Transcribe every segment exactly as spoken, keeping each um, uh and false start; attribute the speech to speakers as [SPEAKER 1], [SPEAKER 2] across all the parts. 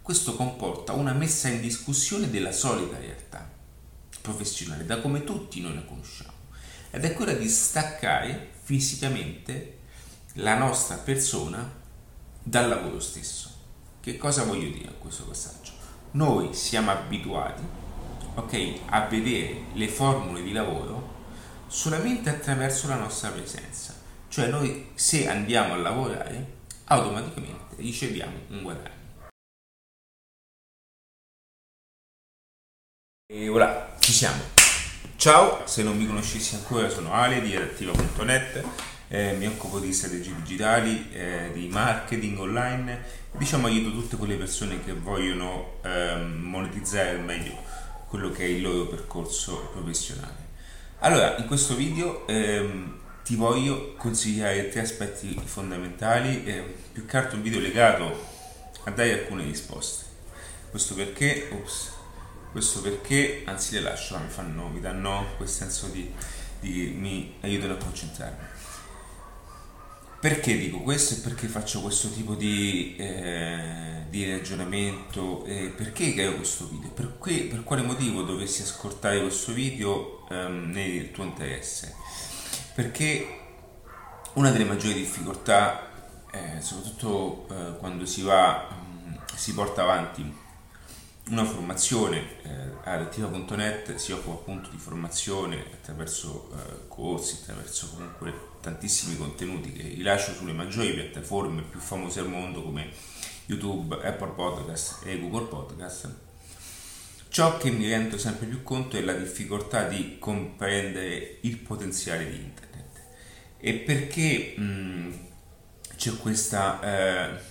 [SPEAKER 1] questo comporta una messa in discussione della solita realtà professionale, da come tutti noi la conosciamo, ed è quella di staccare fisicamente la nostra persona dal lavoro stesso. Che cosa voglio dire a questo passaggio? Noi siamo abituati, ok, a vedere le formule di lavoro solamente attraverso la nostra presenza, cioè noi se andiamo a lavorare automaticamente riceviamo un guadagno. E voilà, ci siamo. Ciao, se non mi conoscessi ancora sono Ale di adattiva punto net, eh, mi occupo di strategie digitali, eh, di marketing online, diciamo aiuto tutte quelle persone che vogliono ehm, monetizzare al meglio quello che è il loro percorso professionale. Allora, in questo video ehm, ti voglio consigliare tre aspetti fondamentali, eh, più che altro un video legato a dare alcune risposte. Questo perché, ops, questo perché, anzi le lascio, mi fanno, mi danno quel senso di, di mi aiutano a concentrarmi. Perché dico questo e perché faccio questo tipo di, eh, di ragionamento e perché creo questo video? Per, que, per quale motivo dovessi ascoltare questo video ehm, nel tuo interesse? Perché una delle maggiori difficoltà, eh, soprattutto eh, quando si va, mh, si porta avanti una formazione, eh, adattiva punto net si occupa appunto di formazione attraverso eh, corsi, attraverso comunque tantissimi contenuti che rilascio sulle maggiori piattaforme più famose al mondo come YouTube, Apple Podcast e Google Podcast. Ciò che mi rendo sempre più conto è la difficoltà di comprendere il potenziale di internet e perché mh, c'è questa eh,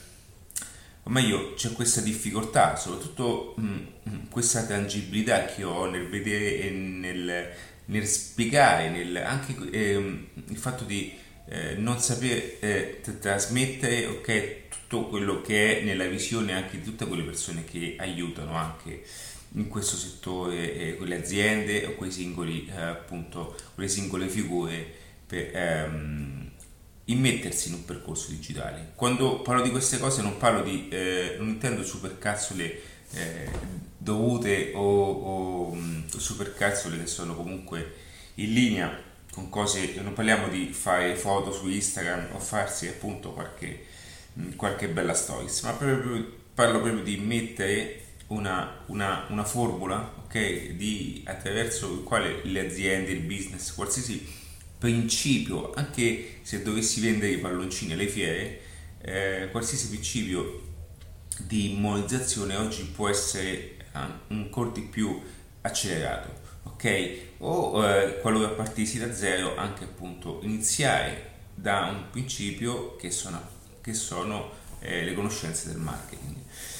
[SPEAKER 1] o meglio c'è questa difficoltà, soprattutto mh, questa tangibilità che ho nel vedere e nel, nel spiegare, nel, anche eh, il fatto di eh, non sapere eh, t- trasmettere okay, tutto quello che è nella visione anche di tutte quelle persone che aiutano anche in questo settore, eh, quelle aziende o quei singoli eh, appunto quelle singole figure per, ehm, immettersi in un percorso digitale. Quando parlo di queste cose non parlo di eh, non intendo supercazzole eh, dovute o, o mh, supercazzole che sono comunque in linea con cose, non parliamo di fare foto su Instagram o farsi appunto qualche, mh, qualche bella stories, ma proprio, parlo proprio di mettere una, una, una formula, ok, di, attraverso il quale le aziende, il business, qualsiasi principio, anche se dovessi vendere i palloncini alle fiere, eh, qualsiasi principio di monetizzazione oggi può essere un corto di più accelerato, ok? O eh, qualora partissi da zero, anche appunto iniziare da un principio che sono, che sono eh, le conoscenze del marketing.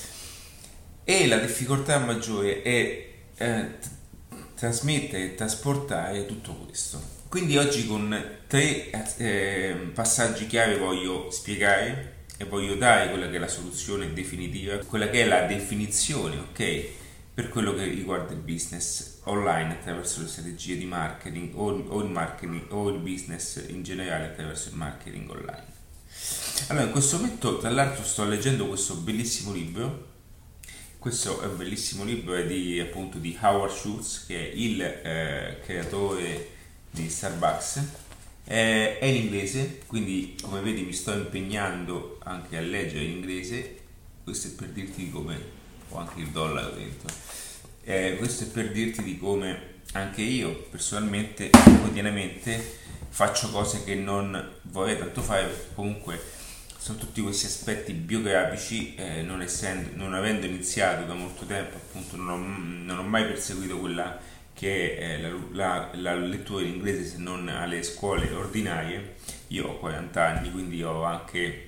[SPEAKER 1] E la difficoltà maggiore è eh, trasmettere e trasportare tutto questo. Quindi oggi con tre eh, passaggi chiave voglio spiegare e voglio dare quella che è la soluzione definitiva, quella che è la definizione, ok, per quello che riguarda il business online attraverso le strategie di marketing o, o il marketing o il business in generale attraverso il marketing online. Allora, in questo momento, tra l'altro, sto leggendo questo bellissimo libro. Questo è un bellissimo libro è di, appunto, di Howard Schultz, che è il eh, creatore di Starbucks. Eh, è in inglese, quindi come vedi mi sto impegnando anche a leggere in inglese. Questo è per dirti di come ho anche il dollaro dentro. Eh, questo è per dirti di come anche io personalmente quotidianamente faccio cose che non vorrei tanto fare, perché comunque sono tutti questi aspetti biografici, eh, non, essendo, non avendo iniziato da molto tempo, appunto non ho, non ho mai perseguito quella che è la, la, la lettura in inglese se non alle scuole ordinarie. Io ho quaranta anni, quindi ho anche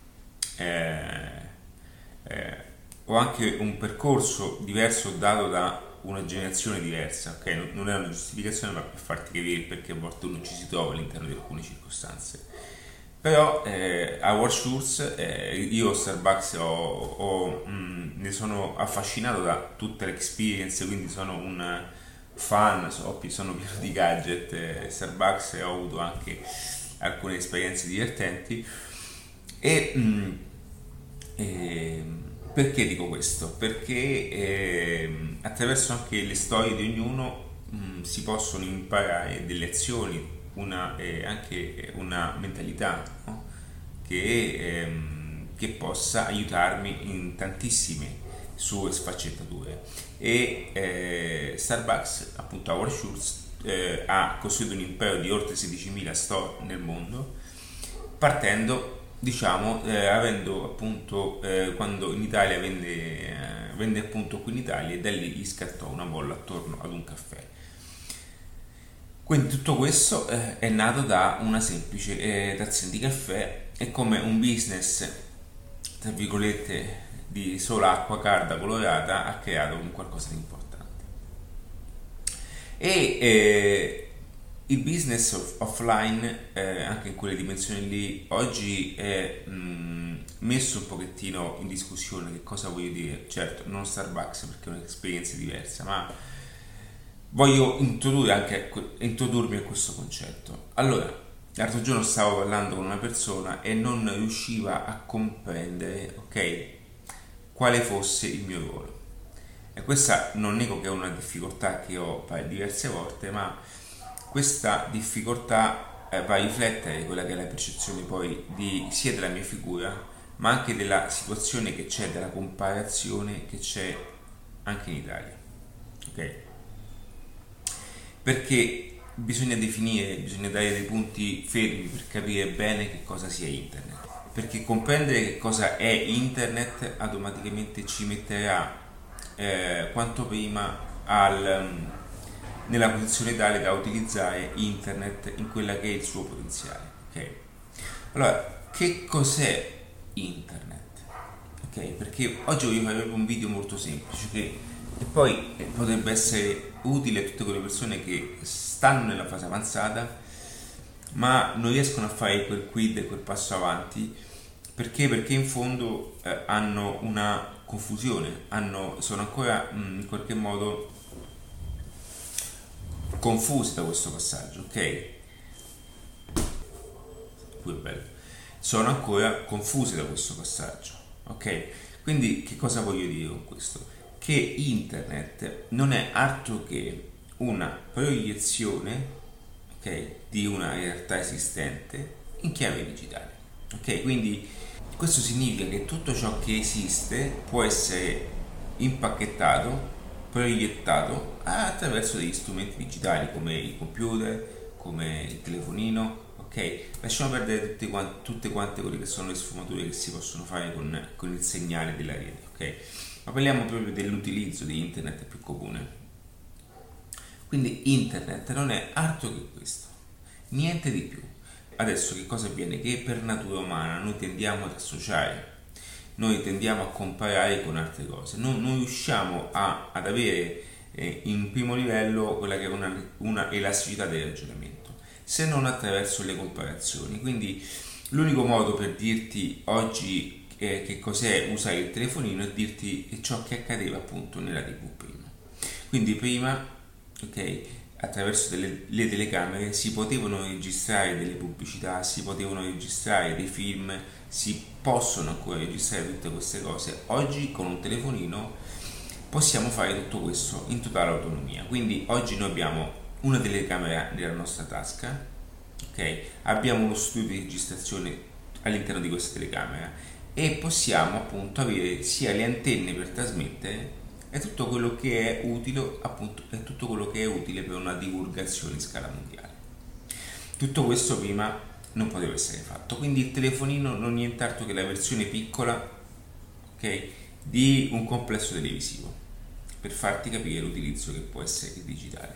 [SPEAKER 1] eh, eh, ho anche un percorso diverso dato da una generazione diversa, ok? Non, non è una giustificazione, ma per farti capire perché a volte uno ci si trova all'interno di alcune circostanze. Però eh, Howard Schultz, eh, io Starbucks ho, ho, mh, ne sono affascinato da tutta l'experience, quindi sono un fan, so, sono pieno di gadget eh, Starbucks, e ho avuto anche alcune esperienze divertenti e, mh, e Perché dico questo? Perché ehm, attraverso anche le storie di ognuno mh, si possono imparare delle azioni, una, eh, anche una mentalità, no? che, ehm, che possa aiutarmi in tantissime sue sfaccettature. E eh, Starbucks, appunto Howard Schultz, eh, ha costruito un impero di oltre sedicimila store nel mondo, partendo, diciamo, eh, avendo appunto, eh, quando in Italia vende, eh, vende appunto qui in Italia, e da lì gli scattò una bolla attorno ad un caffè. Quindi tutto questo eh, è nato da una semplice eh, tazzina di caffè, e come un business, tra virgolette, di sola acqua calda colorata, ha creato un qualcosa di importante. E eh, il business off- offline, eh, anche in quelle dimensioni lì, oggi è mh, messo un pochettino in discussione. Che cosa voglio dire? Certo, non Starbucks perché è un'esperienza diversa, ma voglio introdurre anche, introdurmi a questo concetto. Allora, l'altro giorno stavo parlando con una persona e non riusciva a comprendere, ok, quale fosse il mio ruolo. E questa non nego che è una difficoltà che ho diverse volte, ma questa difficoltà eh, va a riflettere quella che è la percezione poi di, sia della mia figura, ma anche della situazione che c'è, della comparazione che c'è anche in Italia. Ok? Perché bisogna definire, bisogna dare dei punti fermi per capire bene che cosa sia internet. Perché comprendere che cosa è internet automaticamente ci metterà eh, quanto prima al, nella posizione tale da utilizzare internet in quella che è il suo potenziale. Ok? Allora, che cos'è internet? Ok? Perché oggi voglio fare un video molto semplice che, che poi potrebbe essere utile a tutte quelle persone che stanno nella fase avanzata ma non riescono a fare quel quid e quel passo avanti. Perché? Perché in fondo eh, hanno una confusione, hanno, sono ancora mh, in qualche modo confusi da questo passaggio, ok? Pure bello. Sono ancora confusi da questo passaggio, ok? Quindi che cosa voglio dire con questo? Che internet non è altro che una proiezione, ok, di una realtà esistente in chiave digitale. Ok, quindi questo significa che tutto ciò che esiste può essere impacchettato, proiettato attraverso degli strumenti digitali come il computer, come il telefonino. Ok, lasciamo perdere tutte quante, tutte quante quelle che sono le sfumature che si possono fare con, con il segnale della rete. Ok, ma parliamo proprio dell'utilizzo di internet più comune. Quindi internet non è altro che questo, niente di più. Adesso che cosa avviene? Che per natura umana noi tendiamo ad associare, noi tendiamo a comparare con altre cose, non, non riusciamo a, ad avere eh, in primo livello quella che è una, una elasticità del ragionamento, se non attraverso le comparazioni. Quindi l'unico modo per dirti oggi eh, che cos'è usare il telefonino è dirti ciò che accadeva appunto nella tivù prima. Quindi prima, ok, attraverso delle, le telecamere si potevano registrare delle pubblicità, si potevano registrare dei film, si possono ancora registrare tutte queste cose. Oggi con un telefonino possiamo fare tutto questo in totale autonomia. Quindi oggi noi abbiamo una telecamera nella nostra tasca, ok? Abbiamo uno studio di registrazione all'interno di questa telecamera e possiamo appunto avere sia le antenne per trasmettere è tutto quello che è utile, appunto, è tutto quello che è utile per una divulgazione in scala mondiale. Tutto questo prima non poteva essere fatto, quindi il telefonino non è nient'altro che la versione piccola, ok, di un complesso televisivo, per farti capire l'utilizzo che può essere il digitale.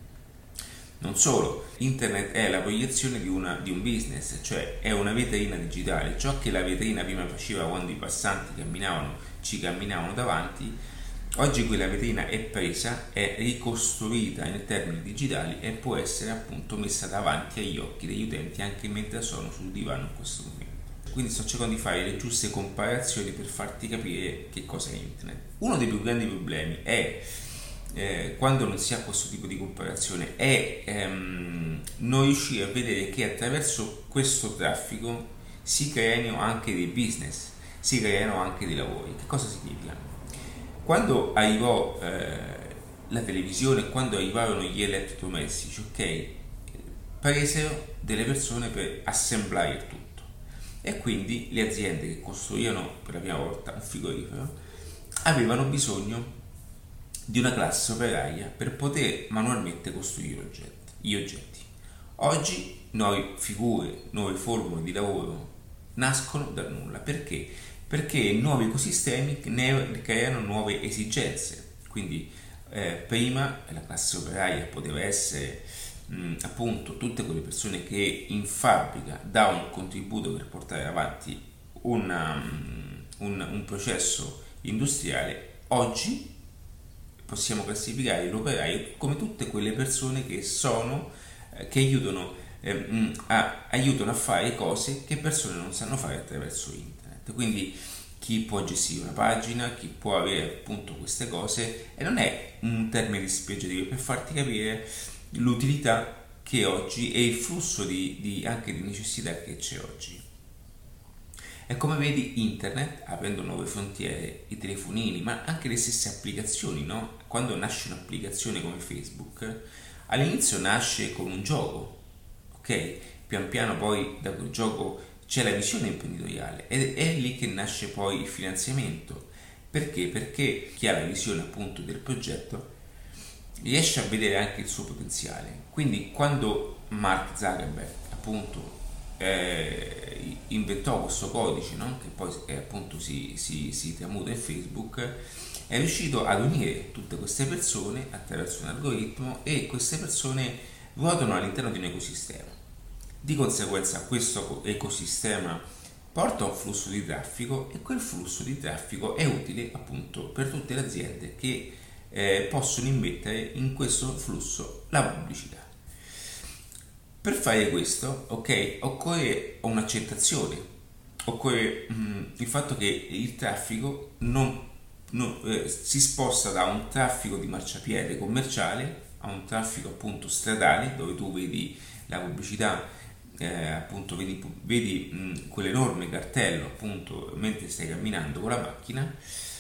[SPEAKER 1] Non solo, internet è la proiezione di, una, di un business, cioè è una vetrina digitale. Ciò che la vetrina prima faceva quando i passanti camminavano, ci camminavano davanti, oggi quella vetrina è presa, è ricostruita in termini digitali e può essere appunto messa davanti agli occhi degli utenti anche mentre sono sul divano in questo momento. Quindi sto cercando di fare le giuste comparazioni per farti capire che cosa è internet. Uno dei più grandi problemi è eh, quando non si ha questo tipo di comparazione è ehm, non riuscire a vedere che attraverso questo traffico si creano anche dei business, si creano anche dei lavori. Che cosa significa? Quando arrivò eh, la televisione, quando arrivarono gli elettrodomestici, ok, presero delle persone per assemblare il tutto, e quindi le aziende che costruivano per la prima volta un frigorifero avevano bisogno di una classe operaia per poter manualmente costruire oggetti, gli oggetti. Oggi nuove figure, nuove formule di lavoro nascono dal nulla. Perché? Perché nuovi ecosistemi ne creano nuove esigenze. Quindi eh, prima la classe operaia poteva essere mh, appunto tutte quelle persone che in fabbrica davano un contributo per portare avanti una, un, un processo industriale. Oggi possiamo classificare l'operaio come tutte quelle persone che sono eh, che aiutano, eh, a, aiutano a fare cose che persone non sanno fare attraverso internet. Quindi chi può gestire una pagina, chi può avere appunto queste cose, e non è un termine dispregiativo, per farti capire l'utilità che oggi e il flusso di, di anche di necessità che c'è oggi. E come vedi, internet, aprendo nuove frontiere, i telefonini, ma anche le stesse applicazioni, no? Quando nasce un'applicazione come Facebook, all'inizio nasce con un gioco, ok? Pian piano poi da quel gioco c'è la visione imprenditoriale ed è lì che nasce poi il finanziamento. Perché? Perché chi ha la visione appunto del progetto riesce a vedere anche il suo potenziale. Quindi quando Mark Zuckerberg appunto eh, inventò questo codice, no? Che poi eh, appunto si, si, si tramuta in Facebook, è riuscito ad unire tutte queste persone attraverso un algoritmo, e queste persone ruotano all'interno di un ecosistema. Di conseguenza questo ecosistema porta un flusso di traffico, e quel flusso di traffico è utile appunto per tutte le aziende che eh, possono immettere in questo flusso la pubblicità. Per fare questo, ok, occorre un'accettazione, occorre mh, il fatto che il traffico non, non, eh, si sposta da un traffico di marciapiede commerciale a un traffico appunto stradale, dove tu vedi la pubblicità, eh, appunto vedi, vedi mh, quell'enorme cartello appunto mentre stai camminando con la macchina,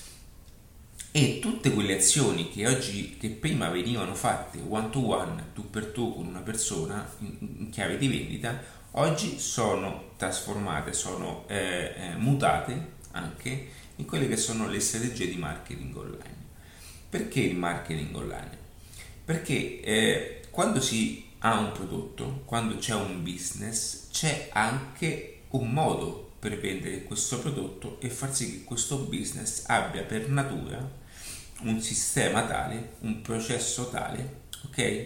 [SPEAKER 1] e tutte quelle azioni che oggi, che prima venivano fatte one to one, tu per tu con una persona in, in chiave di vendita, oggi sono trasformate, sono eh, eh, mutate anche in quelle che sono le strategie di marketing online. Perché il marketing online? Perché eh, quando si ha un prodotto, quando c'è un business, c'è anche un modo per vendere questo prodotto e far sì che questo business abbia per natura un sistema tale, un processo tale, ok,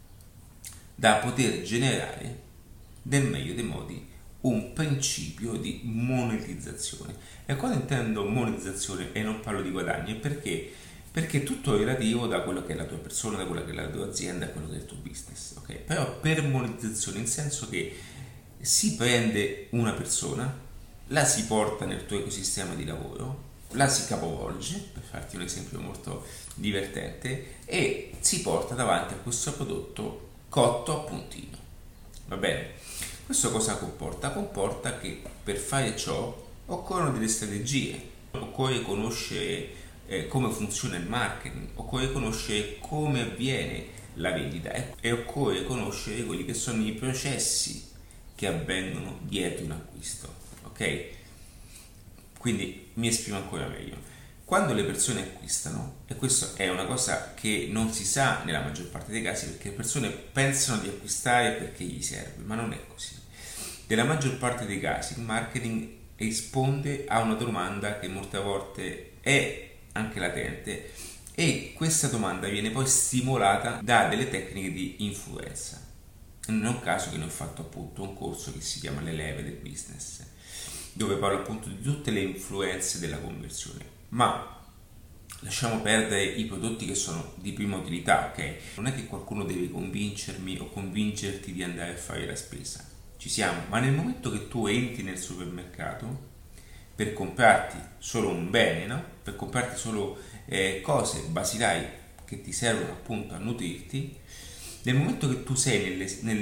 [SPEAKER 1] da poter generare nel meglio dei modi un principio di monetizzazione. E quando intendo monetizzazione e non parlo di guadagni, perché? Perché tutto è relativo da quello che è la tua persona, da quella che è la tua azienda, da quello che è il tuo business, ok? Però per monetizzazione, in senso che si prende una persona, la si porta nel tuo ecosistema di lavoro, la si capovolge, per farti un esempio molto divertente, e si porta davanti a questo prodotto cotto a puntino. Va bene? Questo cosa comporta? Comporta che per fare ciò occorrono delle strategie, occorre conoscere eh, come funziona il marketing, occorre conoscere come avviene la vendita, e, e occorre conoscere quelli che sono i processi che avvengono dietro un acquisto, ok? Quindi mi esprimo ancora meglio. Quando le persone acquistano, e questa è una cosa che non si sa nella maggior parte dei casi, perché le persone pensano di acquistare perché gli serve, ma non è così. Nella maggior parte dei casi il marketing risponde a una domanda che molte volte è anche latente, e questa domanda viene poi stimolata da delle tecniche di influenza. Non è un caso che ne ho fatto appunto un corso che si chiama Le leve del business, dove parlo appunto di tutte le influenze della conversione. Ma lasciamo perdere i prodotti che sono di prima utilità, ok? Non è che qualcuno deve convincermi o convincerti di andare a fare la spesa, ci siamo, ma nel momento che tu entri nel supermercato per comprarti solo un bene, no? Per comprarti solo eh, cose basilari che ti servono appunto a nutrirti, nel momento che tu sei nelle, nel,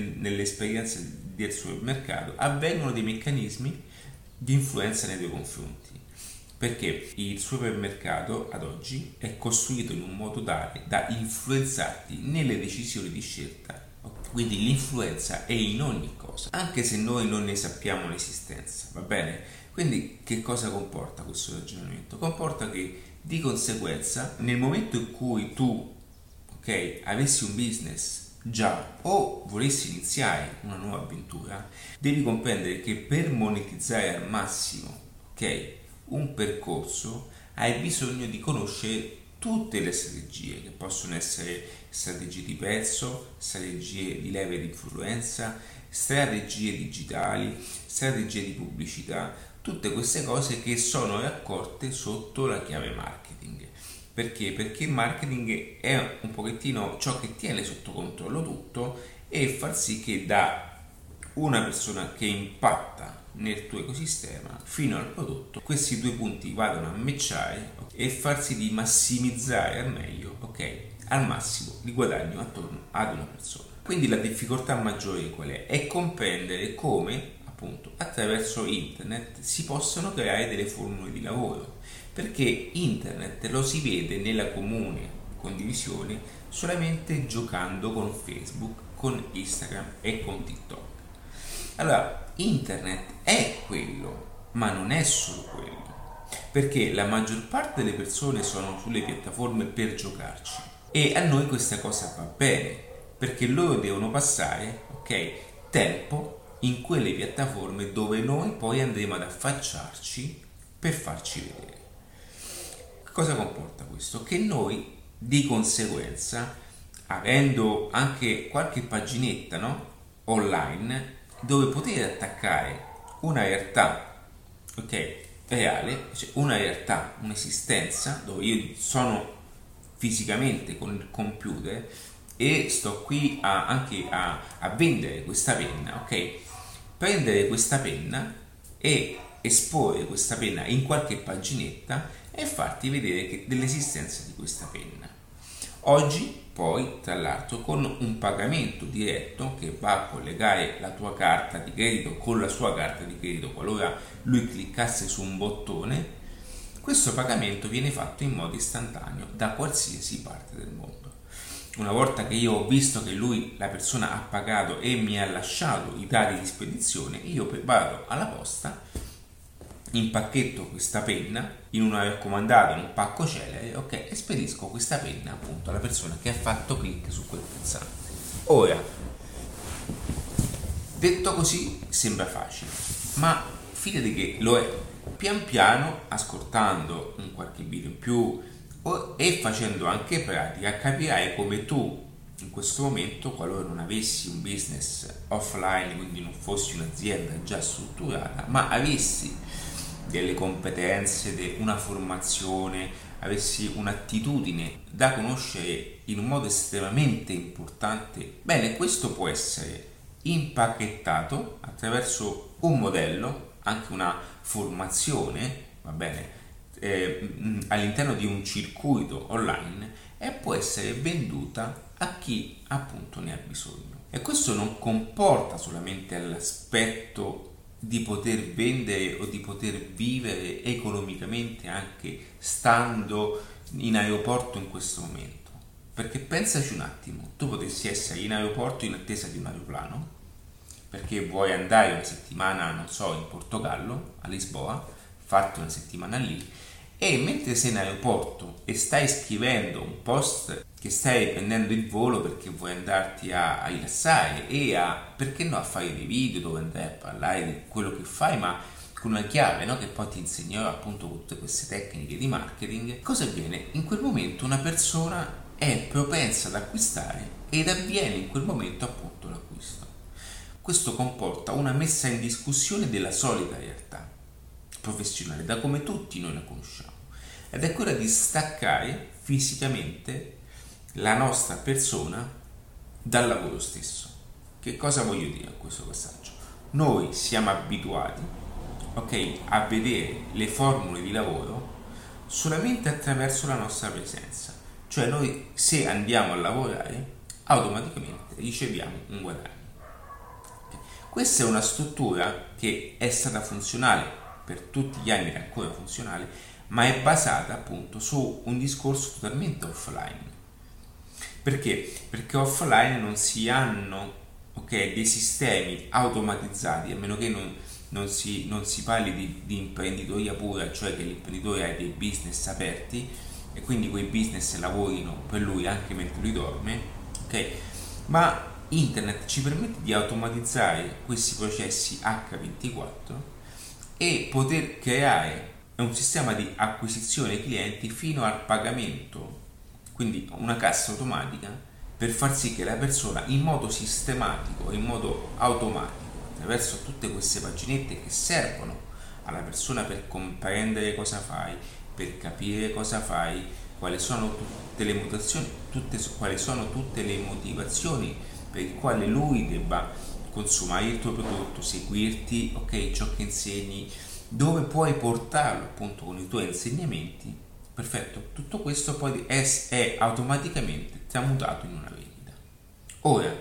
[SPEAKER 1] nell'esperienza del supermercato, avvengono dei meccanismi di influenza nei tuoi confronti. Perché il supermercato ad oggi è costruito in un modo tale da influenzarti nelle decisioni di scelta. Quindi l'influenza è in ogni cosa, anche se noi non ne sappiamo l'esistenza, va bene? Quindi che cosa comporta questo ragionamento? Comporta che di conseguenza nel momento in cui tu, ok, avessi un business già o volessi iniziare una nuova avventura, devi comprendere che per monetizzare al massimo, ok, un percorso hai bisogno di conoscere tutte le strategie che possono essere strategie di prezzo, strategie di leve di influenza, strategie digitali, strategie di pubblicità, tutte queste cose che sono raccolte sotto la chiave marketing. Perché? Perché il marketing è un pochettino ciò che tiene sotto controllo tutto e fa sì che da una persona che impatta nel tuo ecosistema fino al prodotto, questi due punti vadano a matchare e farsi di massimizzare al meglio, ok, al massimo di guadagno attorno ad una persona. Quindi la difficoltà maggiore qual è? È comprendere come appunto attraverso internet si possono creare delle formule di lavoro, perché internet lo si vede nella comune condivisione solamente giocando con Facebook, con Instagram e con TikTok. Allora, internet è quello, ma non è solo quello, perché la maggior parte delle persone sono sulle piattaforme per giocarci e a noi questa cosa va bene, perché loro devono passare, ok, tempo in quelle piattaforme dove noi poi andremo ad affacciarci per farci vedere. Cosa comporta questo? Che noi di conseguenza, avendo anche qualche paginetta, no, online, dove poter attaccare una realtà, ok, reale, cioè una realtà, un'esistenza dove io sono fisicamente con il computer e sto qui a, anche a, a vendere questa penna, ok, prendere questa penna e esporre questa penna in qualche paginetta e farti vedere che, dell'esistenza di questa penna. Oggi poi, tra l'altro, con un pagamento diretto che va a collegare la tua carta di credito con la sua carta di credito, qualora lui cliccasse su un bottone, questo pagamento viene fatto in modo istantaneo da qualsiasi parte del mondo. Una volta che io ho visto che lui, la persona, ha pagato e mi ha lasciato i dati di spedizione, io vado alla posta, impacchetto questa penna in una raccomandata, in un pacco celere, ok, e spedisco questa penna appunto alla persona che ha fatto clic su quel pulsante. Ora, detto così sembra facile, ma fidati che lo è. Pian piano, ascoltando un qualche video in più e facendo anche pratica, capirai come tu in questo momento, qualora non avessi un business offline, quindi non fossi un'azienda già strutturata, ma avessi delle competenze, una formazione, avessi un'attitudine da conoscere in un modo estremamente importante, bene, questo può essere impacchettato attraverso un modello, anche una formazione, va bene, eh, all'interno di un circuito online e può essere venduta a chi appunto ne ha bisogno. E questo non comporta solamente l'aspetto di poter vendere o di poter vivere economicamente anche stando in aeroporto in questo momento, perché pensaci un attimo, tu potessi essere in aeroporto in attesa di un aeroplano perché vuoi andare una settimana, non so, in Portogallo, a Lisboa, farti una settimana lì, e mentre sei in aeroporto e stai scrivendo un post che stai prendendo il volo perché vuoi andarti a, a rilassare e a, perché no, a fare dei video dove andrai a parlare di quello che fai, ma con una chiave, no, che poi ti insegnerò appunto con tutte queste tecniche di marketing, cosa avviene? In quel momento una persona è propensa ad acquistare ed avviene in quel momento appunto l'acquisto. Questo comporta una messa in discussione della solita realtà professionale, da come tutti noi la conosciamo, ed è quella di staccare fisicamente la nostra persona dal lavoro stesso. Che cosa voglio dire a questo passaggio? Noi siamo abituati, ok, a vedere le formule di lavoro solamente attraverso la nostra presenza, cioè noi se andiamo a lavorare automaticamente riceviamo un guadagno. Okay. Questa è una struttura che è stata funzionale per tutti gli anni, è ancora funzionale, ma è basata appunto su un discorso totalmente offline. Perché? Perché offline non si hanno, ok, dei sistemi automatizzati, a meno che non, non si, non si parli di, di imprenditoria pura, cioè che l'imprenditore ha dei business aperti e quindi quei business lavorino per lui anche mentre lui dorme, ok? Ma internet ci permette di automatizzare questi processi acca ventiquattro e poter creare un sistema di acquisizione clienti fino al pagamento, quindi una cassa automatica, per far sì che la persona in modo sistematico, in modo automatico, attraverso tutte queste paginette che servono alla persona per comprendere cosa fai, per capire cosa fai, quali sono tutte le motivazioni, tutte, quali sono tutte le motivazioni per il quale lui debba consumare il tuo prodotto, seguirti, ok, ciò che insegni, dove puoi portarlo appunto con i tuoi insegnamenti. Perfetto, tutto questo poi è, è automaticamente tramutato in una vendita. Ora,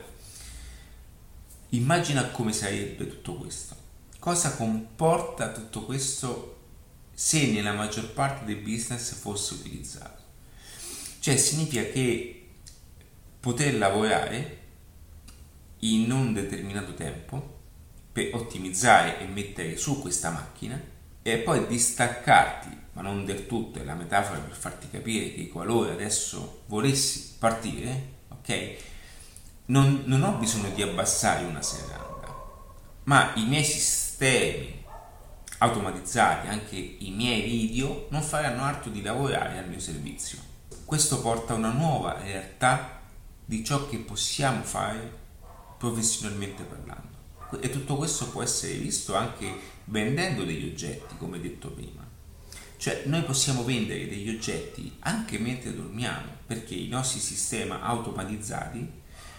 [SPEAKER 1] immagina come sarebbe tutto questo. Cosa comporta tutto questo se nella maggior parte dei business fosse utilizzato? Cioè significa che poter lavorare in un determinato tempo per ottimizzare e mettere su questa macchina e poi distaccarti, ma non del tutto, è la metafora per farti capire che qualora adesso volessi partire, ok, non, non ho bisogno di abbassare una serranda, ma i miei sistemi automatizzati, anche i miei video, non faranno altro di lavorare al mio servizio. Questo porta a una nuova realtà di ciò che possiamo fare professionalmente parlando. E tutto questo può essere visto anche vendendo degli oggetti, come detto prima. Cioè noi possiamo vendere degli oggetti anche mentre dormiamo, perché i nostri sistemi automatizzati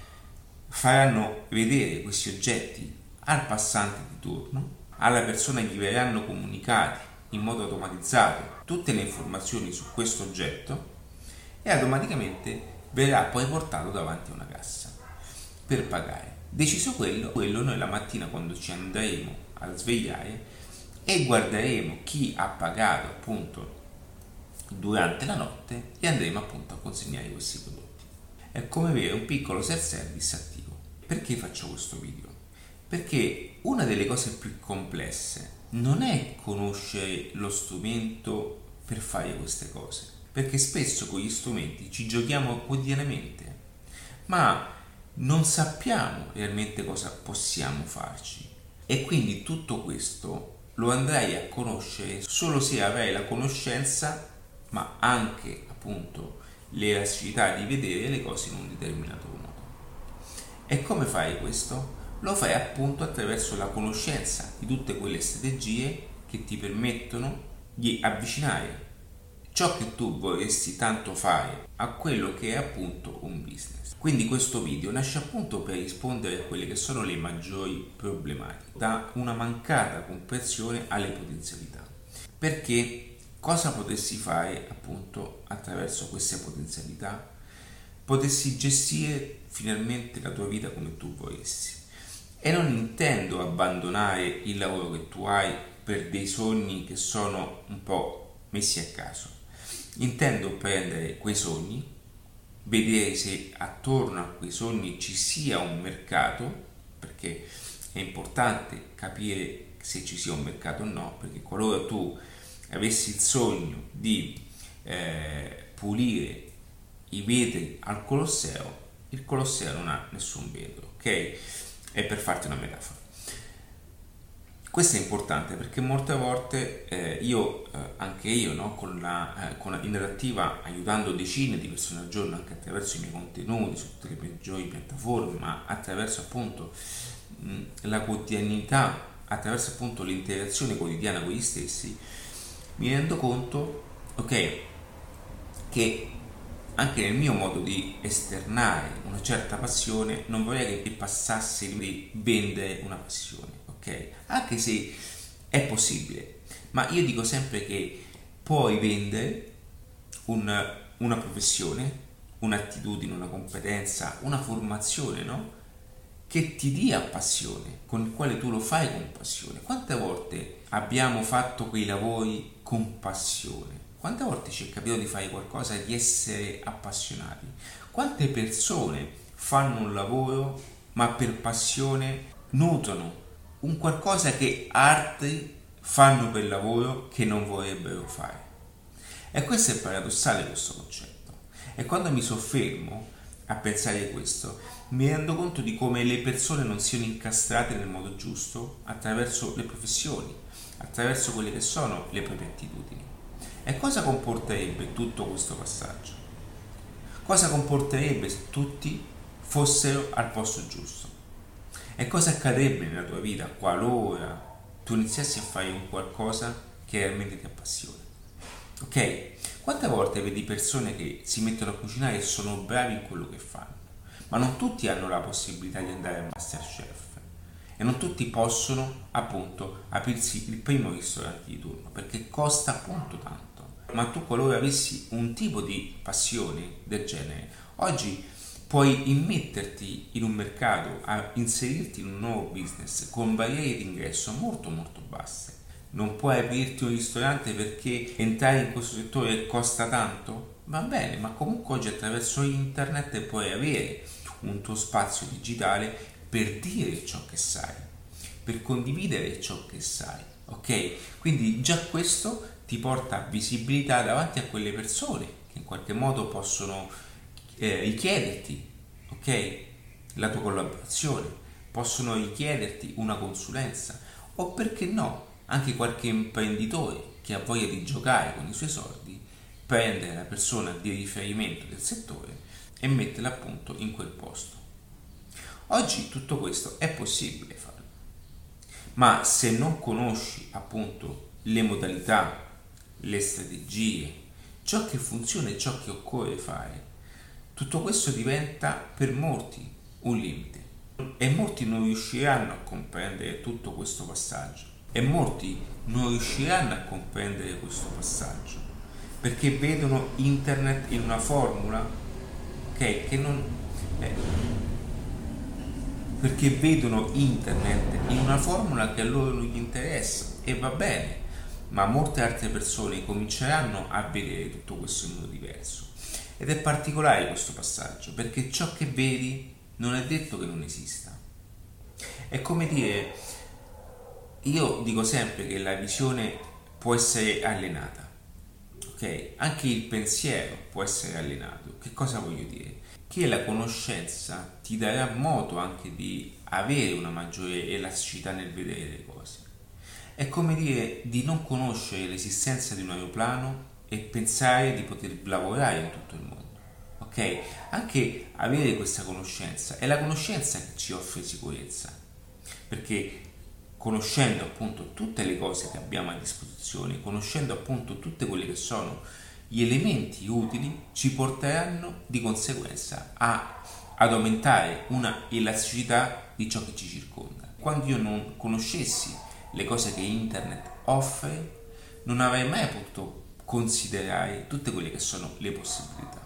[SPEAKER 1] faranno vedere questi oggetti al passante di turno, alla persona gli verranno comunicati in modo automatizzato tutte le informazioni su questo oggetto e automaticamente verrà poi portato davanti a una cassa per pagare. Deciso quello, quello noi la mattina quando ci andremo a svegliare e guarderemo chi ha pagato appunto durante la notte e andremo appunto a consegnare questi prodotti. È come avere un piccolo self-service attivo. Perché faccio questo video? Perché una delle cose più complesse non è conoscere lo strumento per fare queste cose, perché spesso con gli strumenti ci giochiamo quotidianamente, ma non sappiamo realmente cosa possiamo farci. E quindi tutto questo lo andrai a conoscere solo se avrai la conoscenza, ma anche appunto l'elasticità di vedere le cose in un determinato modo. E come fai questo? Lo fai appunto attraverso la conoscenza di tutte quelle strategie che ti permettono di avvicinare ciò che tu vorresti tanto fare a quello che è appunto un business. Quindi questo video nasce appunto per rispondere a quelle che sono le maggiori problematiche, da una mancata comprensione alle potenzialità. Perché cosa potessi fare appunto attraverso queste potenzialità? Potessi gestire finalmente la tua vita come tu vorresti. E non intendo abbandonare il lavoro che tu hai per dei sogni che sono un po' messi a caso. Intendo prendere quei sogni, vedere se attorno a quei sogni ci sia un mercato, perché è importante capire se ci sia un mercato o no, perché qualora tu avessi il sogno di eh, pulire i vetri al Colosseo, il Colosseo non ha nessun vetro, ok? È per farti una metafora. Questo è importante perché molte volte eh, io, eh, anche io, no, con la, eh, con la, in adattiva, aiutando decine di persone al giorno anche attraverso i miei contenuti su tutte le peggiori piattaforme, ma attraverso appunto mh, la quotidianità, attraverso appunto l'interazione quotidiana con gli stessi, mi rendo conto, ok, che anche nel mio modo di esternare una certa passione non vorrei che passasse di vendere una passione, ok? Anche se è possibile, ma io dico sempre che puoi vendere un, una professione, un'attitudine, una competenza, una formazione, no? Che ti dia passione, con il quale tu lo fai con passione. Quante volte abbiamo fatto quei lavori con passione? Quante volte ci è capitato di fare qualcosa e di essere appassionati? Quante persone fanno un lavoro ma per passione nutrono un qualcosa che altri fanno per lavoro che non vorrebbero fare? E questo è paradossale, questo concetto. E quando mi soffermo a pensare questo, mi rendo conto di come le persone non siano incastrate nel modo giusto attraverso le professioni, attraverso quelle che sono le proprie attitudini. E cosa comporterebbe tutto questo passaggio? Cosa comporterebbe se tutti fossero al posto giusto? E cosa accadrebbe nella tua vita qualora tu iniziassi a fare un qualcosa che realmente ti appassiona? Ok? Quante volte vedi persone che si mettono a cucinare e sono bravi in quello che fanno, ma non tutti hanno la possibilità di andare a MasterChef e non tutti possono appunto aprirsi il primo ristorante di turno perché costa appunto tanto. Ma tu, qualora avessi un tipo di passione del genere, oggi puoi immetterti in un mercato, a inserirti in un nuovo business con barriere di ingresso molto molto basse. Non puoi aprirti un ristorante perché entrare in questo settore costa tanto? Va bene, ma comunque oggi attraverso internet puoi avere un tuo spazio digitale per dire ciò che sai, per condividere ciò che sai, ok? Quindi già questo ti porta visibilità davanti a quelle persone che in qualche modo possono eh, richiederti, ok? La tua collaborazione, possono richiederti una consulenza o perché no, anche qualche imprenditore che ha voglia di giocare con i suoi soldi prende la persona di riferimento del settore e metterla appunto in quel posto. Oggi tutto questo è possibile farlo, ma se non conosci appunto le modalità, le strategie, ciò che funziona e ciò che occorre fare, tutto questo diventa per molti un limite e molti non riusciranno a comprendere tutto questo passaggio e molti non riusciranno a comprendere questo passaggio perché vedono internet in una formula okay, che non eh, perché vedono internet in una formula che a loro non gli interessa e va bene, ma molte altre persone cominceranno a vedere tutto questo in modo diverso. Ed è particolare questo passaggio, perché ciò che vedi non è detto che non esista. È come dire, io dico sempre che la visione può essere allenata, ok? Anche il pensiero può essere allenato. Che cosa voglio dire? Che la conoscenza ti darà modo anche di avere una maggiore elasticità nel vedere le cose. È come dire di non conoscere l'esistenza di un aeroplano e pensare di poter lavorare in tutto il mondo, ok? Anche avere questa conoscenza è la conoscenza che ci offre sicurezza, perché conoscendo appunto tutte le cose che abbiamo a disposizione, conoscendo appunto tutte quelle che sono gli elementi utili, ci porteranno di conseguenza a, ad aumentare una elasticità di ciò che ci circonda. Quando io non conoscessi le cose che internet offre, non avrei mai potuto considerare tutte quelle che sono le possibilità.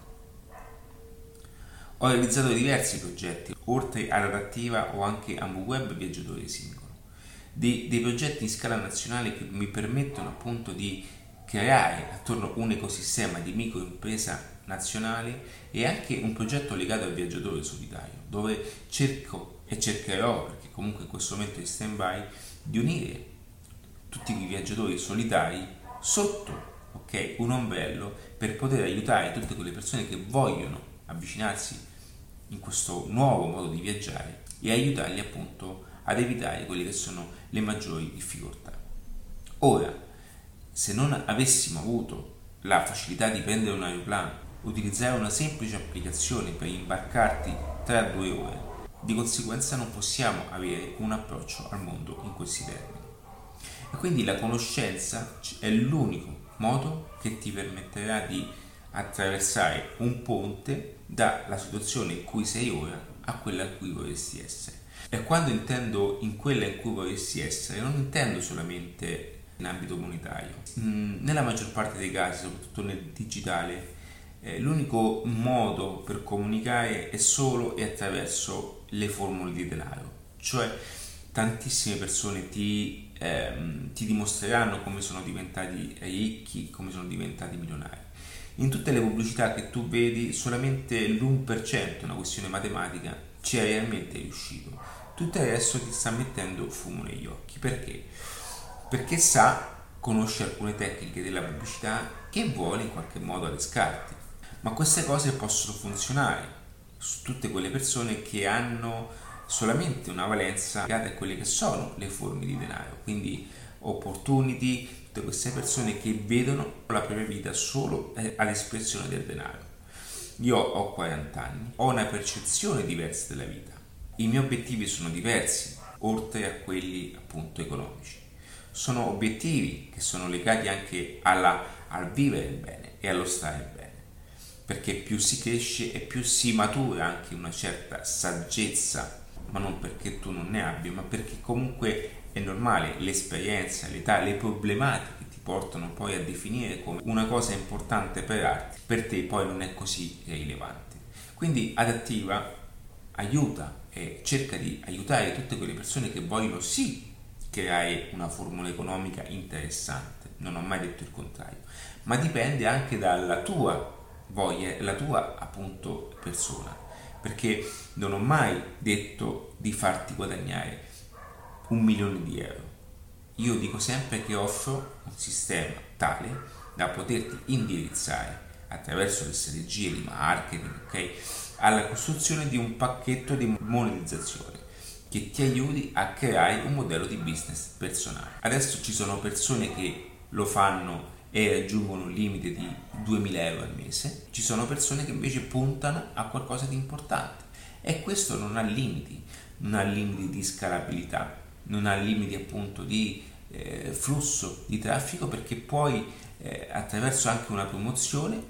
[SPEAKER 1] Ho realizzato diversi progetti, oltre all'adattiva o anche AmbuWeb Viaggiatore Singolo, dei, dei progetti in scala nazionale che mi permettono appunto di creare attorno un ecosistema di microimpresa nazionale e anche un progetto legato al viaggiatore solitario, dove cerco e cercherò, perché comunque in questo momento è in stand-by, di unire tutti i viaggiatori solitari sotto okay, un ombrello per poter aiutare tutte quelle persone che vogliono avvicinarsi in questo nuovo modo di viaggiare e aiutarli appunto ad evitare quelle che sono le maggiori difficoltà. Ora, se non avessimo avuto la facilità di prendere un aeroplano, utilizzare una semplice applicazione per imbarcarti tra due ore, di conseguenza non possiamo avere un approccio al mondo in questi termini. E quindi la conoscenza è l'unico modo che ti permetterà di attraversare un ponte dalla situazione in cui sei ora a quella in cui vorresti essere. E quando intendo in quella in cui vorresti essere, non intendo solamente in ambito monetario. Nella maggior parte dei casi, soprattutto nel digitale, eh, l'unico modo per comunicare è solo e attraverso le formule di denaro. Cioè, tantissime persone ti ehm, ti dimostreranno come sono diventati ricchi, come sono diventati milionari. In tutte le pubblicità che tu vedi solamente l'uno per cento è una questione matematica, ci è realmente riuscito. Tutto il resto ti sta mettendo fumo negli occhi. Perché? Perché sa, conosce alcune tecniche della pubblicità che vuole in qualche modo adescarti. Ma queste cose possono funzionare su tutte quelle persone che hanno solamente una valenza legata a quelle che sono le forme di denaro, quindi opportunity, tutte queste persone che vedono la propria vita solo ad espressione del denaro. Io ho quaranta anni, ho una percezione diversa della vita, i miei obiettivi sono diversi, oltre a quelli appunto economici. Sono obiettivi che sono legati anche alla, al vivere bene e allo stare bene, perché più si cresce e più si matura anche una certa saggezza, ma non perché tu non ne abbia, ma perché comunque è normale, l'esperienza, l'età, le problematiche ti portano poi a definire come una cosa importante per altri, per te poi non è così rilevante. Quindi Adattiva aiuta e cerca di aiutare tutte quelle persone che vogliono sì creare una formula economica interessante, non ho mai detto il contrario, ma dipende anche dalla tua voglia, la tua appunto persona, perché non ho mai detto di farti guadagnare un milione di euro. Io dico sempre che offro un sistema tale da poterti indirizzare attraverso le strategie di marketing, ok, alla costruzione di un pacchetto di monetizzazione che ti aiuti a creare un modello di business personale. Adesso ci sono persone che lo fanno e raggiungono un limite di duemila euro al mese, ci sono persone che invece puntano a qualcosa di importante e questo non ha limiti, non ha limiti di scalabilità, non ha limiti appunto di eh, flusso di traffico, perché puoi eh, attraverso anche una promozione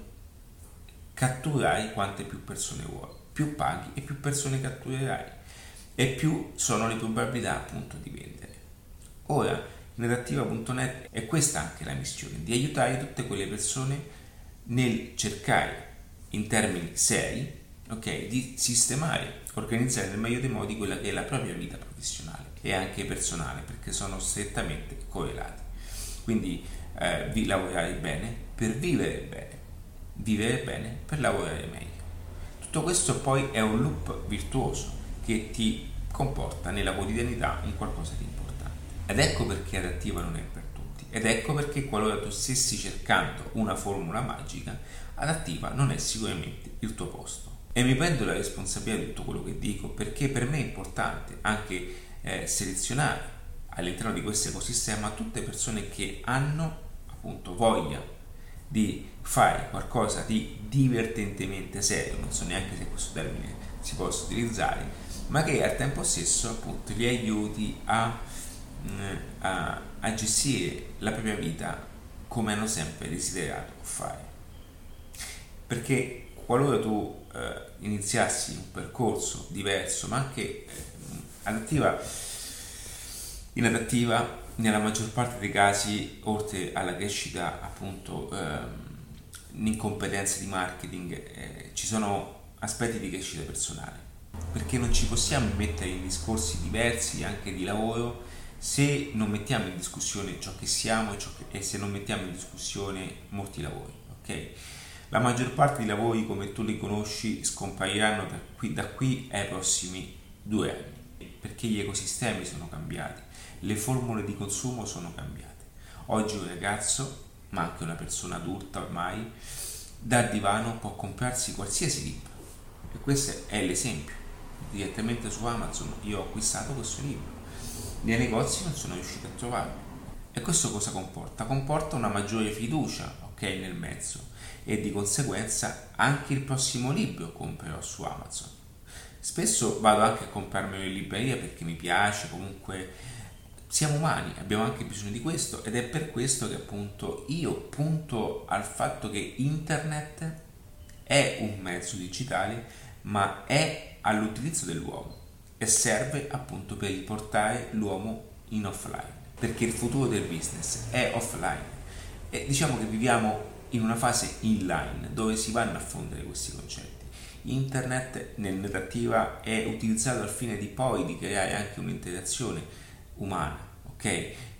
[SPEAKER 1] catturare quante più persone vuoi, più paghi e più persone catturerai e più sono le probabilità appunto di vendere. Ora in adattiva punto net è questa anche la missione, di aiutare tutte quelle persone nel cercare in termini seri, ok, di sistemare, organizzare nel meglio dei modi quella che è la propria vita professionale e anche personale, perché sono strettamente correlati. Quindi eh, di lavorare bene per vivere bene, vivere bene per lavorare meglio. Tutto questo poi è un loop virtuoso che ti comporta nella quotidianità in qualcosa di importante. Ed ecco perché Adattiva non è per tutti, ed ecco perché qualora tu stessi cercando una formula magica, Adattiva non è sicuramente il tuo posto. E mi prendo la responsabilità di tutto quello che dico, perché per me è importante anche eh, selezionare all'interno di questo ecosistema tutte persone che hanno appunto voglia di fare qualcosa di divertentemente serio, non so neanche se questo termine si possa utilizzare, ma che al tempo stesso appunto li aiuti a A, a gestire la propria vita come hanno sempre desiderato fare. Perché qualora tu eh, iniziassi un percorso diverso, ma anche eh, adattiva, in adattiva, nella maggior parte dei casi, oltre alla crescita appunto eh, in competenze di marketing, eh, ci sono aspetti di crescita personale, perché non ci possiamo mettere in discorsi diversi anche di lavoro se non mettiamo in discussione ciò che siamo e, ciò che, e se non mettiamo in discussione molti lavori, ok? La maggior parte dei lavori come tu li conosci scompariranno da qui, da qui ai prossimi due anni, perché gli ecosistemi sono cambiati, le formule di consumo sono cambiate. Oggi un ragazzo, ma anche una persona adulta ormai, dal divano può comprarsi qualsiasi libro, e questo è l'esempio. Direttamente su Amazon io ho acquistato questo libro, nei negozi non sono riuscito a trovarlo, e questo cosa comporta? Comporta una maggiore fiducia, ok, nel mezzo, e di conseguenza anche il prossimo libro comprerò su Amazon. Spesso vado anche a comprarmelo in libreria perché mi piace, comunque siamo umani, abbiamo anche bisogno di questo, ed è per questo che appunto io punto al fatto che internet è un mezzo digitale, ma è all'utilizzo dell'uomo e serve appunto per riportare l'uomo in offline, perché il futuro del business è offline e diciamo che viviamo in una fase inline dove si vanno a fondere questi concetti. Internet nell'adattiva è utilizzato al fine di poi di creare anche un'interazione umana, ok?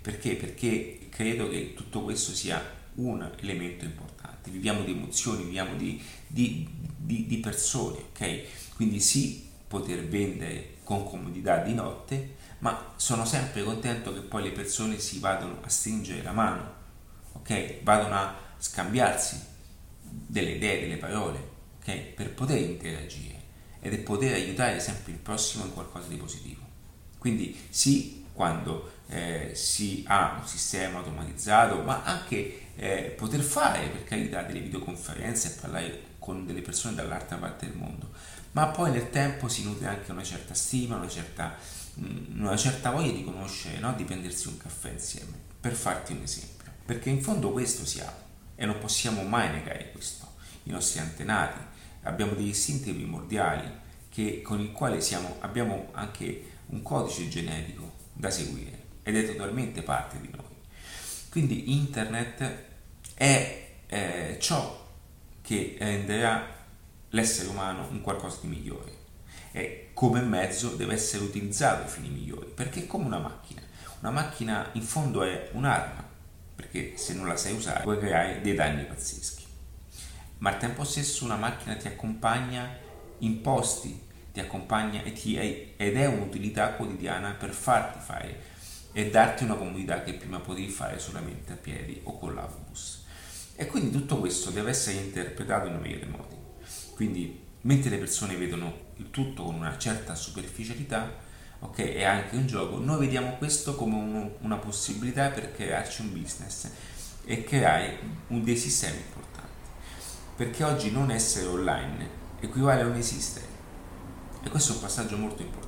[SPEAKER 1] Perché? Perché credo che tutto questo sia un elemento importante. Viviamo di emozioni, viviamo di, di, di, di persone, ok? Quindi sì, poter vendere con comodità di notte, ma sono sempre contento che poi le persone si vadano a stringere la mano, ok? Vadano a scambiarsi delle idee, delle parole, ok? Per poter interagire ed è poter aiutare sempre il prossimo in qualcosa di positivo. Quindi sì, quando eh, si ha un sistema automatizzato, ma anche eh, poter fare, per carità, delle videoconferenze e parlare con delle persone dall'altra parte del mondo, ma poi nel tempo si nutre anche una certa stima, una certa, una certa voglia di conoscere, no? Di prendersi un caffè insieme, per farti un esempio. Perché in fondo questo siamo e non possiamo mai negare questo. I nostri antenati, abbiamo degli istinti primordiali che, con il quale siamo, abbiamo anche un codice genetico da seguire ed è totalmente parte di noi. Quindi internet è eh, ciò che renderà l'essere umano un qualcosa di migliore e come mezzo deve essere utilizzato ai fini migliori, perché è come una macchina. Una macchina in fondo è un'arma, perché se non la sai usare puoi creare dei danni pazzeschi, ma al tempo stesso una macchina ti accompagna in posti, ti accompagna e ti è, ed è un'utilità quotidiana per farti fare e darti una comodità che prima potevi fare solamente a piedi o con l'autobus. E quindi tutto questo deve essere interpretato in vari modi. Quindi mentre le persone vedono il tutto con una certa superficialità, ok, è anche un gioco, noi vediamo questo come un, una possibilità per crearci un business e creare un, dei sistemi importanti. Perché oggi non essere online equivale a non esistere. E questo è un passaggio molto importante.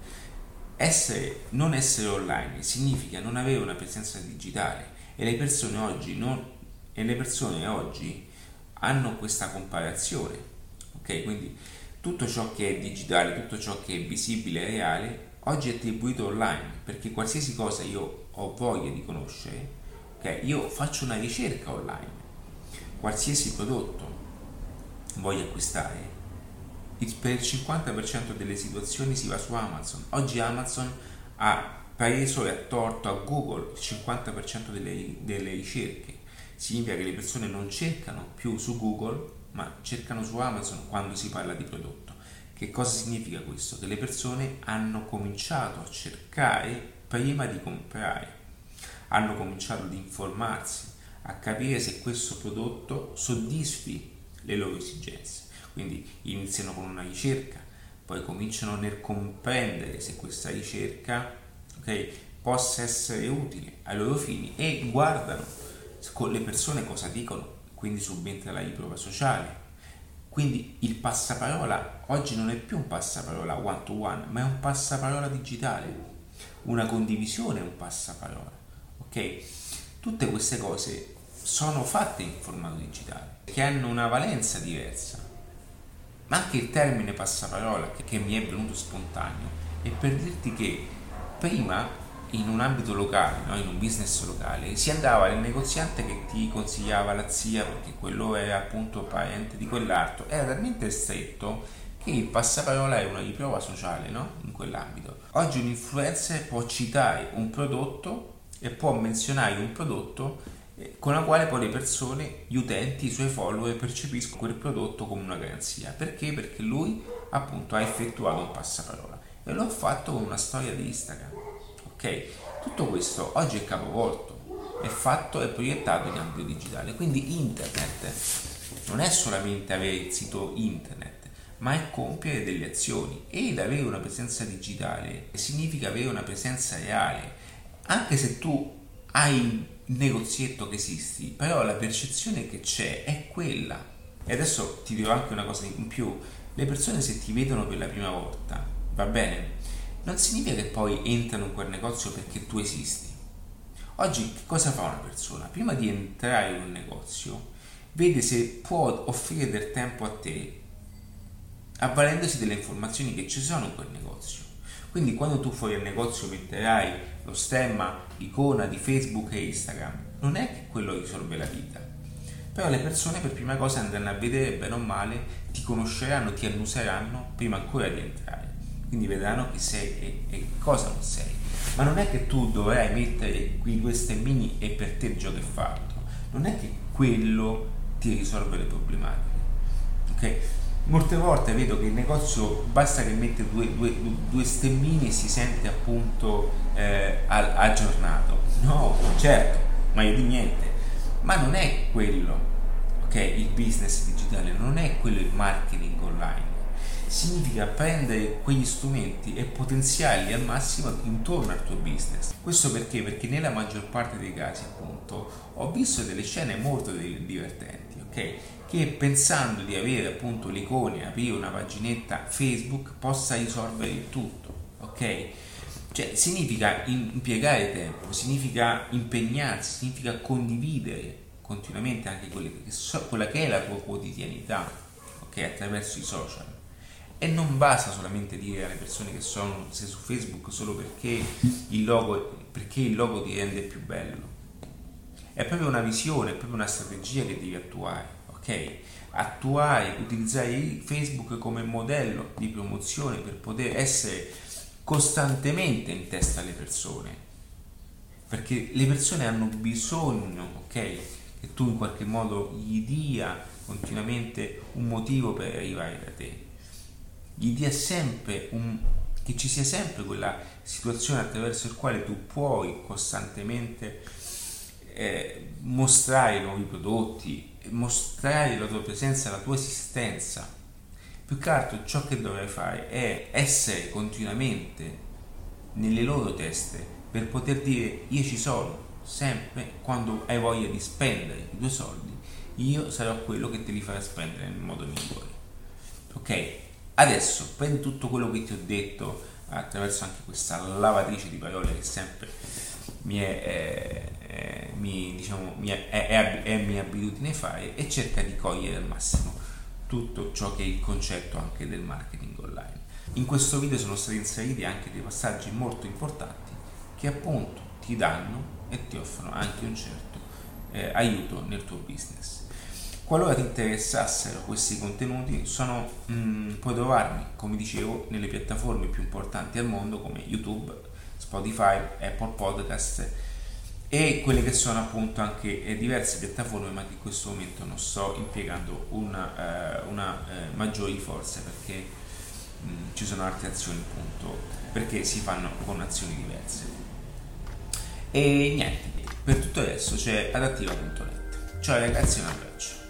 [SPEAKER 1] Essere, non essere online significa non avere una presenza digitale e le persone oggi, non, e le persone oggi hanno questa comparazione, ok? Quindi tutto ciò che è digitale, tutto ciò che è visibile e reale oggi è attribuito online, perché qualsiasi cosa io ho voglia di conoscere, ok? Io faccio una ricerca online, qualsiasi prodotto voglio acquistare, per il cinquanta per cento delle situazioni si va su Amazon. Oggi Amazon ha preso e ha torto a Google il cinquanta per cento delle, delle ricerche. Significa che le persone non cercano più su Google, ma cercano su Amazon quando si parla di prodotto. Che cosa significa questo? Che le persone hanno cominciato a cercare prima di comprare, hanno cominciato ad informarsi, a capire se questo prodotto soddisfi le loro esigenze. Quindi iniziano con una ricerca, poi cominciano nel comprendere se questa ricerca, okay, possa essere utile ai loro fini e guardano con le persone cosa dicono, quindi subentra la riprova sociale. Quindi il passaparola oggi non è più un passaparola one to one, ma è un passaparola digitale, una condivisione è un passaparola, ok? Tutte queste cose sono fatte in formato digitale, che hanno una valenza diversa. Ma anche il termine passaparola che, che mi è venuto spontaneo è per dirti che prima in un ambito locale, no? In un business locale, si andava al negoziante che ti consigliava la zia perché quello era appunto parente di quell'altro, era talmente stretto che il passaparola è una riprova sociale, no? In quell'ambito. Oggi un influencer può citare un prodotto e può menzionare un prodotto con la quale poi le persone, gli utenti, i suoi follower percepiscono quel prodotto come una garanzia. Perché? Perché lui appunto ha effettuato un passaparola e lo ha fatto con una storia di Instagram, ok? Tutto questo oggi è capovolto, è fatto e proiettato in ambito digitale. Quindi internet non è solamente avere il sito internet, ma è compiere delle azioni, ed avere una presenza digitale significa avere una presenza reale, anche se tu hai il negozietto che esisti, però la percezione che c'è è quella. E adesso ti dirò anche una cosa in più: le persone, se ti vedono per la prima volta, va bene, non significa che poi entrano in quel negozio perché tu esisti. Oggi che cosa fa una persona? Prima di entrare in un negozio vede se può offrire del tempo a te, avvalendosi delle informazioni che ci sono in quel negozio. Quindi quando tu fuori al negozio metterai lo stemma, l'icona di Facebook e Instagram, non è che quello risolve la vita, però le persone per prima cosa andranno a vedere bene o male, ti conosceranno, ti annuseranno prima ancora di entrare. quindi vedranno chi sei e, e cosa non sei. Ma non è che tu dovrai mettere quei due stemmini e per te il gioco è fatto, non è che quello ti risolve le problematiche, ok? Molte volte vedo che il negozio basta che mette due, due, due stemmini e si sente appunto eh, aggiornato. No, certo, meglio di niente, ma non è quello, ok? Il business digitale non è quello, il marketing online. Significa prendere quegli strumenti e potenziarli al massimo intorno al tuo business. Questo perché? Perché nella maggior parte dei casi, appunto, ho visto delle scene molto divertenti, ok? Che pensando di avere appunto l'icona, aprire una paginetta Facebook, possa risolvere il tutto, ok? Cioè significa impiegare tempo, significa impegnarsi, significa condividere continuamente anche quelle che so, quella che è la tua quotidianità, ok? Attraverso i social. E non basta solamente dire alle persone che sono sei su Facebook solo perché il logo, perché il logo ti rende più bello. È proprio una visione, è proprio una strategia che devi attuare, ok? Attuare, utilizzare Facebook come modello di promozione per poter essere costantemente in testa alle persone, perché le persone hanno bisogno, ok? Che tu in qualche modo gli dia continuamente un motivo per arrivare da te. Gli dia sempre un, che ci sia sempre quella situazione attraverso la quale tu puoi costantemente eh, mostrare i nuovi prodotti, mostrare la tua presenza, la tua esistenza. Più che altro ciò che dovrai fare è essere continuamente nelle loro teste per poter dire io ci sono sempre quando hai voglia di spendere i tuoi soldi, io sarò quello che te li farà spendere nel modo migliore, ok? Adesso prendi tutto quello che ti ho detto attraverso anche questa lavatrice di parole che sempre mi è, eh, eh, mi, diciamo, mi è, è, è, è mia abitudine fare, e cerca di cogliere al massimo tutto ciò che è il concetto anche del marketing online. In questo video sono stati inseriti anche dei passaggi molto importanti che appunto ti danno e ti offrono anche un certo eh, aiuto nel tuo business. Qualora ti interessassero questi contenuti, sono, mh, puoi trovarmi, come dicevo, nelle piattaforme più importanti al mondo come YouTube, Spotify, Apple Podcast e quelle che sono appunto anche eh, diverse piattaforme, ma che in questo momento non sto impiegando una, eh, una eh, maggiori forze perché mh, ci sono altre azioni appunto, perché si fanno con azioni diverse. E niente, per tutto adesso c'è adattiva punto net. Ciao ragazzi, un abbraccio.